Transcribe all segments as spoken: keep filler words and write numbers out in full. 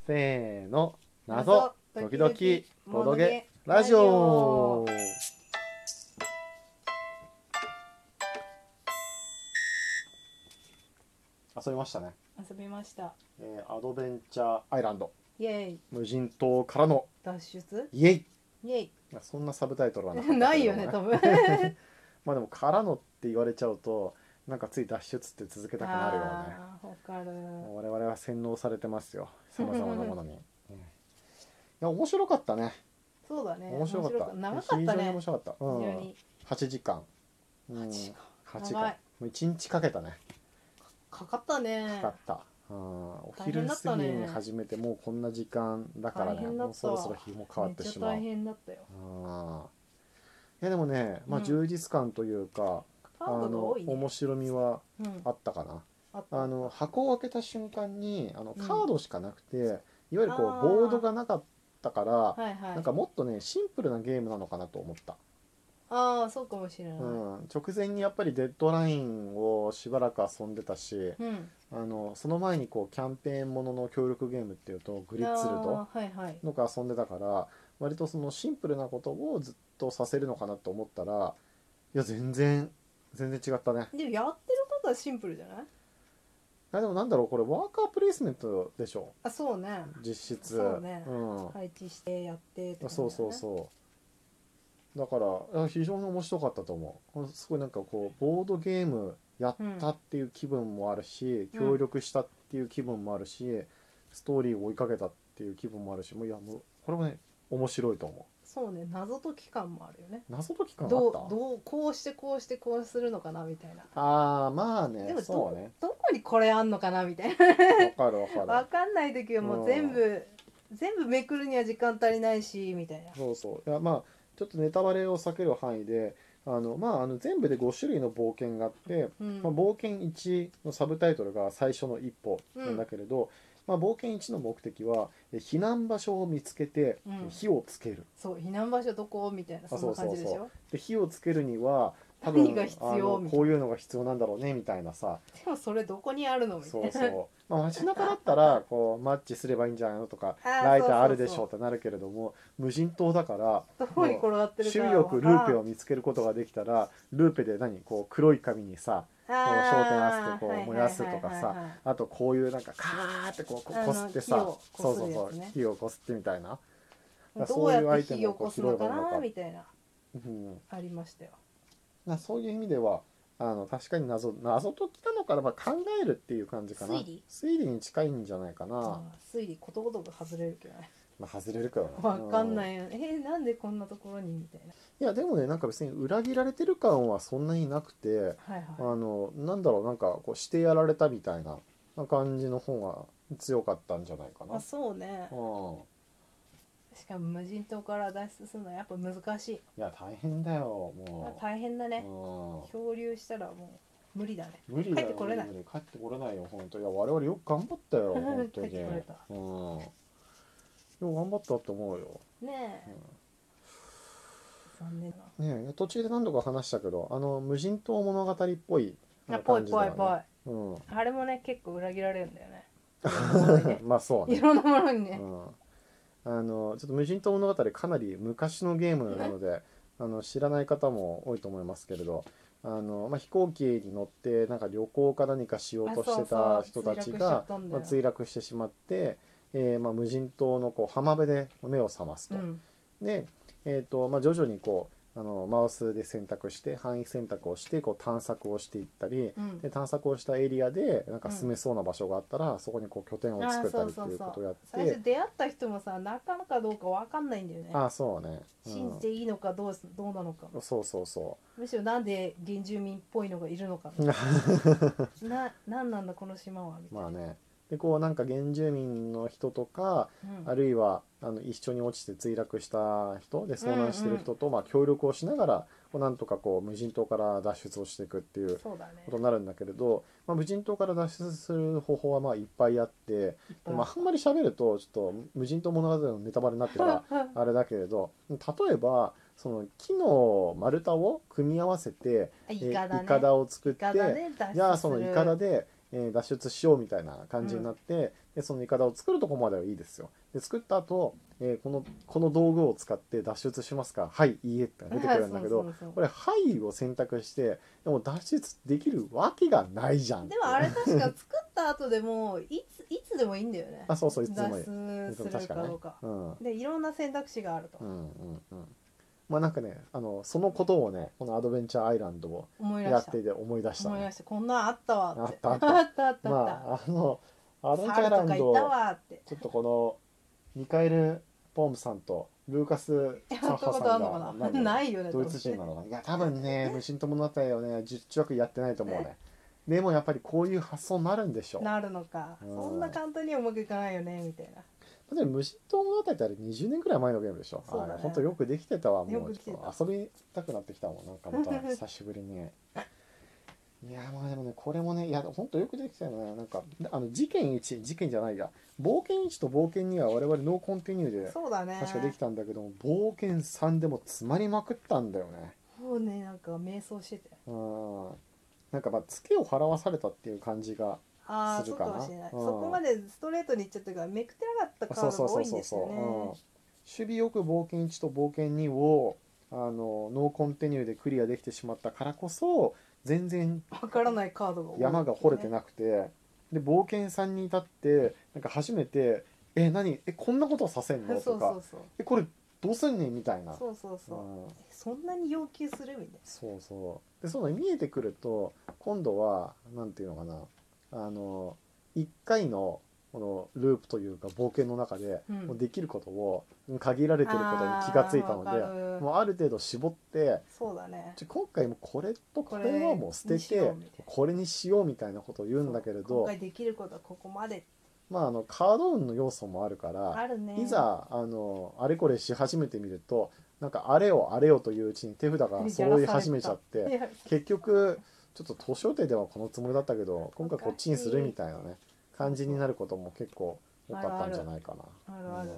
せーの、謎時々ボドゲラジラジオ。 オ遊びましたね、 遊びました。 えーアドベンチャーアイランド、 イエイ無人島からの脱出イエイ。 イエイそんなサブタイトルはなかったけど、ね、 ないよね多分まあでもからのって言われちゃうとなんかつい脱出って続けたくなるよね。 あーわかる。 我々は洗脳されてますよ、さまざまなものに。うんいや面白かったね。 そうだね。 面白かった。 長かった非常にね。 面白かった。うん、 非常にはちじかん、うん、 はちじかんはちじかん長いもういちにちかけたね。 かかったね。 かかった、うん、お大昼変だったね過ぎに始めてもうこんな時間だからね、 大変だった。 もうそろそろ日も変わってしまう。 めっちゃ大変だったよ。 うんいやでもね、まあ、 うん充実感というか、 カードがあの多いね。 面白みはうんあったかな。 あったあの箱を開けた瞬間にあのうんカードしかなくて、いわゆるこうあーボードがなかったから、 はいはい。 なんかもっとねシンプルなゲームなのかなと思った、 ああそうかもしれない。 ううん。 ん、直前にやっぱりデッドラインをしばらく遊んでたし、 うん。 あのその前にこうキャンペーンものの協力ゲームっていうとグリッツルドあーはいはい。 のか遊んでたから、割とそのシンプルなことをずっとさせるのかなと思ったら、いや全然全然違ったね。 でもやってることはシンプルじゃない？ いやでもなんだろう、これワーカープレイスメントでしょ、 あそうね。 実質。 そうねうん、 配置してやってって感じだそうよね。 そうそうだからいや非常に面白かったと思う。すごいなんかこうボードゲームやったっていう気分もあるし、 うん協力したっていう気分もあるし、ストーリーを追いかけたっていう気分もあるし、もういやもうこれもね面白いと思そうね、謎解き感もあるよね。 う。謎解き感あどうった。 どうこうしてこうしてこうするのかなみたいな。 ああまあね、 でもど,、 そうね、 どこにこれあんのかなみたいわかるわかな。わる。 かんない時はもう全部全部めくるには時間足りないしみたいな。 そうそういやまあちょっとネタバレを避ける範囲で、あのまああの全部でご種類の冒険があって、 うんまあ、冒険いちのサブタイトルが最初の一歩なんだけれど、まあ、冒険いちの目的はえ避難場所を見つけてうん火をつける、 そう避難場所どこみたいな、そんな感じでしそうそうょ。 で火をつけるには多分何が必要あのみたいなこういうのが必要なんだろうねみたいなさ、 でもそれどこにあるのみたそいうな。 そう、まあ、街中だったらこうマッチすればいいんじゃないのとかあーライターあるでしそうそうょうってなるけれども、無人島だからどこに転がってるか周囲よくルーペを見つけることができたら、ルーペで何こう黒い紙にさこう焦点合わせてこう燃やすとかさ、あとこういうなんかカーってこうこあのこすってさ、 火をこすそうそうそうるやつね火をこすってみたいな、 どそうういうアイやって火テムをこう拾えを起こすのかばいいのか、 なみたいなうん、 ありましたよ。 なそういう意味ではあの確かに謎謎解きなのかな、まあ、考えるっていう感じかな。 推理推理に近いんじゃないかな、 あー推理ことごとく外れるけどね。 まあ、外れるからわかんい、 ないよね。えーなんでこんなところにみたいな。 いやでもねなんか別に裏切られてる感はそんなになくて、 はいあはのなんだろうなんかこうしてやられたみたいな感じの方が強かったんじゃないかい。 な。 あそうね。 うんしかも無人島から脱出するのはやっぱ難しい。 いや大変だよまあもう、 大変だね。 うん漂流したらもう無理だね。 無理だよ帰ってこれない無理無理帰ってこれないよ本当。いや我々よく頑張ったよ本当に。 帰ってこれたうんよく頑張ったって思うよ。 ねえ。残念な。 ねえ途中で何度か話したけどあの無人島物語っぽいあぽい感じだよね。 ぽいぽい。 うんあれもね結構裏切られるんだよね。いろんなものにねまあそうねいろんなものにね。 うんあのちょっと無人島物語かなり昔のゲームなのであの知らない方も多いと思いますけれど、あの、まあ、飛行機に乗ってなんか旅行か何かしようとしてた人たちがあそうそうまあ墜落してしまって、えーまあ、無人島のこう浜辺で目を覚ますと。 うんで、えーとまあ、徐々にこうあのマウスで選択して範囲選択をしてこう探索をしていったり、 うんで探索をしたエリアでなんか住めそうな場所があったら、そこにこう拠点を作ったりっていうことをやって、 最初出会った人もさなかなかどうかわかんないんだよね。 ああそうね、うん信じていいのかどうすどうなのか。 そうそうそむしろなんで原住民っぽいのがいるのかうななんなんだこの島はみたいな。 まあねでこうなんか原住民の人とか、 うんあるいはあの一緒に落ちて墜落した人で遭難してる人と、まあ、協力をしながらこうなんとかこう無人島から脱出をしていくっていうそうだねことになるんだけれど、まあ、無人島から脱出する方法はまあいっぱいあって、 いっぱいまあ、あんまり喋るとちょっと無人島物語のネタバレになってるからあれだけれど、例えばその木の丸太を組み合わせて、 あえイカだねイカダを作って、 イカダで脱出するじゃあそのイカダで、えー脱出しようみたいな感じになって、 でそのイカダを作るとこまではいいですよ。で作った後、えーこのこの道具を使って脱出しますか、はいいいえって出てくるんだけど、 そうそうそうこれはいを選択してでも脱出できるわけがないじゃんって。 でもあれ確か作った後でもいついつでもいいんだよね。 あそうそういつでもいい。 脱出するかどうか。 うんでいろんな選択肢があると、 うんうんうんまあなんかねあのそのことをねこのアドベンチャーアイランドを思い出したやっていて思い出したね。 思い出してこんなんあったわってあったあったあったあったあまった、 ああのアドベンチャーアイ猿ランドとかいたわってちょっとこのミカエル・ポームさんとルーカス・やったこサッハさんとあんのかながないよねドイツ人なのかないや多分ね無心と物語をねじゅっちわくやってないと思うね。でもやっぱりこういう発想になるんでしょう。 なるのか、 うんそんな簡単にはうまくいかないよねみたいな。 例えば無心と物語ってあれにじゅうねんくらい前のゲームでしょ。 そうだねあれ本当よくできてたわ。もうよくできてたちょっと遊びたくなってきたもんなんかまた久しぶりにいやまあでもねこれもねいや本当よくできたよね。なんかあの事件いち事件じゃないや冒険いちと冒険には我々ノーコンティニューでそうだね確かできたんだけども冒険さんでも詰まりまくったんだよね。 もうねなんか瞑想しててうんなんかまあツケを払わされたっていう感じがああそうするかなかもしれない、 うんそこまでストレートにいっちゃったからめくってなかったカードが多いんですよね。 守備よく冒険いちと冒険にをあのノーコンティニューでクリアできてしまったからこそ全然わからないカードが多い、ね、 山が掘れてなくてで冒険さんに至ってなんか初めて「え何えこんなことさせんの?」 そうとかそうそう 「えこれどうすんねん?」みたいな。 そうそうそう、 うんえそんなに要求するみたいな。 そうそうでそういうの見えてくると今度はなんていうのかなあのいっかいのこのループというか冒険の中で、 うんもうできることを限られてることに気がついたのあーわかでるもうある程度絞ってそうだねちょ今回もこれとこれはもう捨てこれにしよてうみたいなこれにしようみたいなことを言うんだけれ今ど回できることはここまでまああのカード運の要素もあるからあるね。 いざあのあれこれし始めてみるとなんかあれよあれよといううちに手札が揃い始めちゃっていや結局ちょっと図書手ではこのつもりだったけど今回こっちにするみたいなね感じになることも結構多かったんじゃないかな。 あるある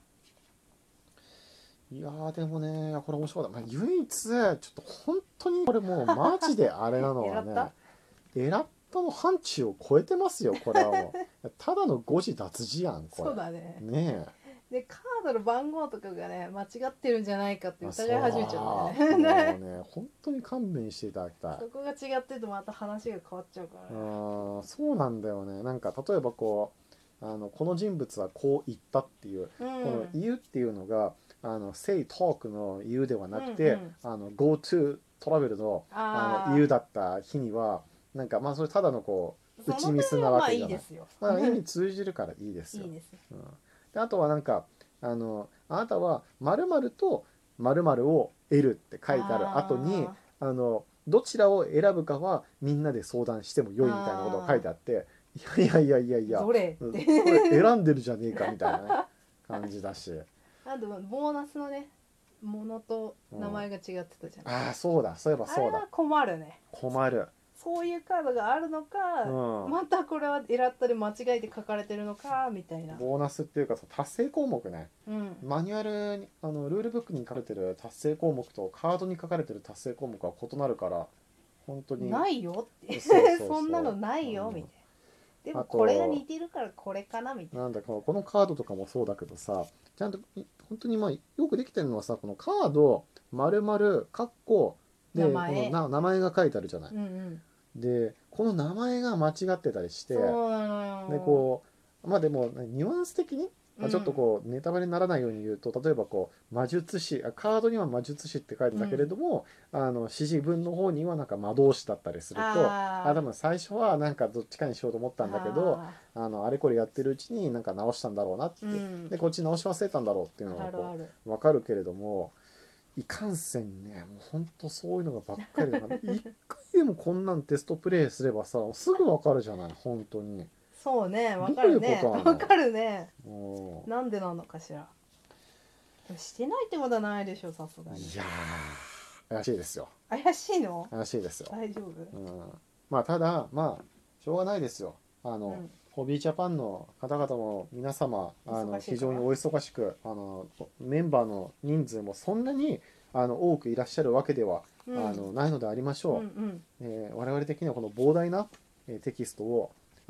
うんいやーでもねこれ面白かった、まあ、唯一ちょっと本当にこれもうマジであれなのはねエラッタの範疇を超えてますよこれはもうただの誤字脱字やんこれそうだね。 ねでカードの番号とかがね間違ってるんじゃないかってえ疑い始めちゃうんだよそうね。 もうね本当に勘弁していただきたい。 そこが違ってるとまた話が変わっちゃうからあね。 ーそうなんだよねなんか例えばこうあのこの人物はこう言ったっていう、 うこのん、 言うっていうのがあの say talk の言うではなくて、 うんうんあの go to トラベルのああーの言うだった日にはなんかまあそれただのこう打ちミスなわけじゃない。 その点はまあいいですよ。 まあ意味通じるからいいですよ。 いいですよ。 うん、であとはなんかあのあなたは〇〇と〇〇を得るって書いてある後にあのどちらを選ぶかはみんなで相談しても良いみたいなことが書いてあっていやいやいやいやいやどれうんこってれ選んでるじゃねえかみたいな、ね、感じだしあとボーナスのねものと名前が違ってたじゃん、 ああそうだそういえばそうだあれは困るね。 困る、 そういうカードがあるのか、 うんまたこれは選ったり間違えて書かれてるのかみたいな。 ボーナスっていうかさ達成項目ねうんマニュアルにあのルールブックに書かれてる達成項目とカードに書かれてる達成項目は異なるから本当にないよってそうそうそうそんなのないようんみたいな。でもあとこれが似てるからこれかなみたいな。 なんだこのこのカードとかもそうだけどさちゃんとい本当にまあよくできてるのはさこのカード丸々カッコで名前このな名前が書いてあるじゃない。 うんうん。 でこの名前が間違ってたりしてそうなのよ。 でこうまあでもニュアンス的に、まあうんちょっとこうネタバレにならないように言うと例えばこう魔術師あカードには魔術師って書いてんだけれども、あの指示文の方にはなんか魔導士だったりするとあーあ多分最初はなんかどっちかにしようと思ったんだけどああのあれこれやってるうちになんか直したんだろうなって、 ーうんでこっち直し忘れたんだろうっていうのがこあるある。 う分かるけれどもいかんせんねもうほんとそういうのがばっかりだから一回でもこんなんテストプレイすればさすぐ分かるじゃない本当に。 そうねわかるどうねいうことなのわかるね。 もなんでなのかしら。でもしてないってことはないでしょさすがに。 ういやー怪しいですよ怪しいの？ 怪しいですよ。 大丈夫？ うん、まあただまあしょうがないですよあの、 うんホビージャパンの方々も皆様あの忙しいから非常にお忙しくあのメンバーの人数もそんなにあの多くいらっしゃるわけでは、 うんあのないのでありましうんうょう、 んえー我々的にはこの膨大な、えーテキストをあ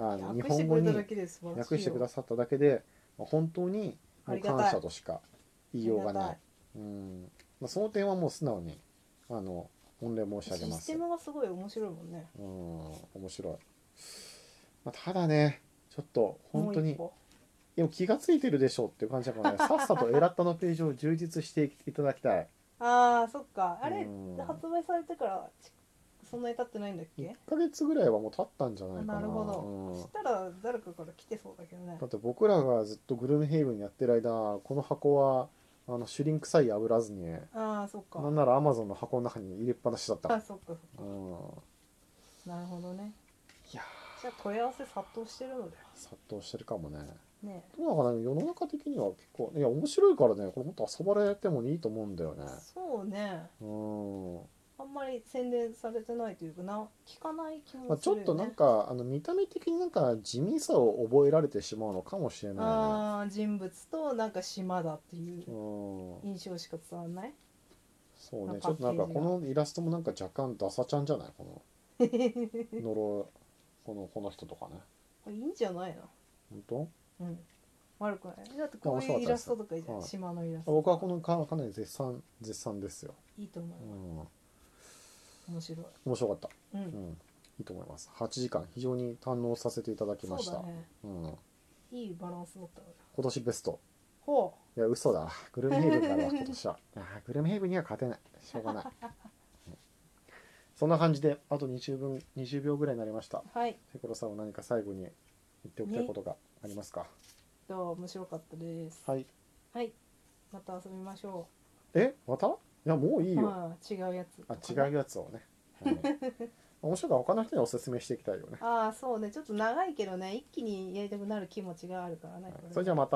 あの日訳して本語にくれただけで素晴らしいよ。 訳してくださっただけで本当にもう感謝としか言いようがない。うんまあ、その点はもう素直にあの御礼申し上げます。 システムがすごい面白いもんね。 うん面白い。まあ、ただねちょっと本当にでも気がついてるでしょうっていう感じだからねさっさとエラッタのページを充実していただきたい。 ああそっかあれうん発売されてからそんなに経ってないんだっけ？ いっかげつぐらいはもう経ったんじゃないかな。 なるほど、 うんそしたら誰かから来てそうだけどね。 だって僕らがずっとグルメヘイブンやってる間この箱はあのシュリンクさえ破らずにああそっか。 なんならアマゾンの箱の中に入れっぱなしだったから。 あそっかそっか。 うんなるほどね。 いやじゃあ問い合わせ殺到してるのだよ殺到してるかもね。 ね。 どうなのかな世の中的には結構いや面白いからねこれもっと遊ばれてもいいと思うんだよね。 そうね。 うんあんまり宣伝されてないというかな聞かない気まあ、 もするよね。 ちょっとなんかあの見た目的になんか地味さを覚えられてしまうのかもしれないね。 ああ人物となんか島だっていううん印象しか伝わらない。 そうまあねちょっとなんかパッケージがこのイラストもなんか若干ダサちゃんじゃないこの呪いこのこの人とかね。 いいんじゃないの。 本うん悪くない。だってこう面白かったですいうイラストとかいいじゃん、 はい島のイラスト。 当僕はこのかかなり絶賛絶賛ですよ。 いいと思ううよ、 ん面白い。 面白かった。 うん、 うんいいと思います。はちじかん非常に堪能させていただきました。 そうだね。 うんいいバランスだったのよ。 今年ベスト。 ほいや嘘だグルメヘイブンだわ今年は。いやグルメヘイブンには勝てないしょうがない。そんな感じであとにじゅうぶんにじゅうびょうぐらいになりました。 う。はいペコロさんは何か最後に言っておきたいことがありますか？ どう面白かったです。 はい。 はいまた遊びましょえまた？いやもういいうよ。 まあ違うやつとあかね。 違うやつをね。はい面白いから他の人におすすめしていきたいよね。 ああそうねちょっと長いけどね一気にやりたくなる気持ちがあるからね、これそれじゃあまた。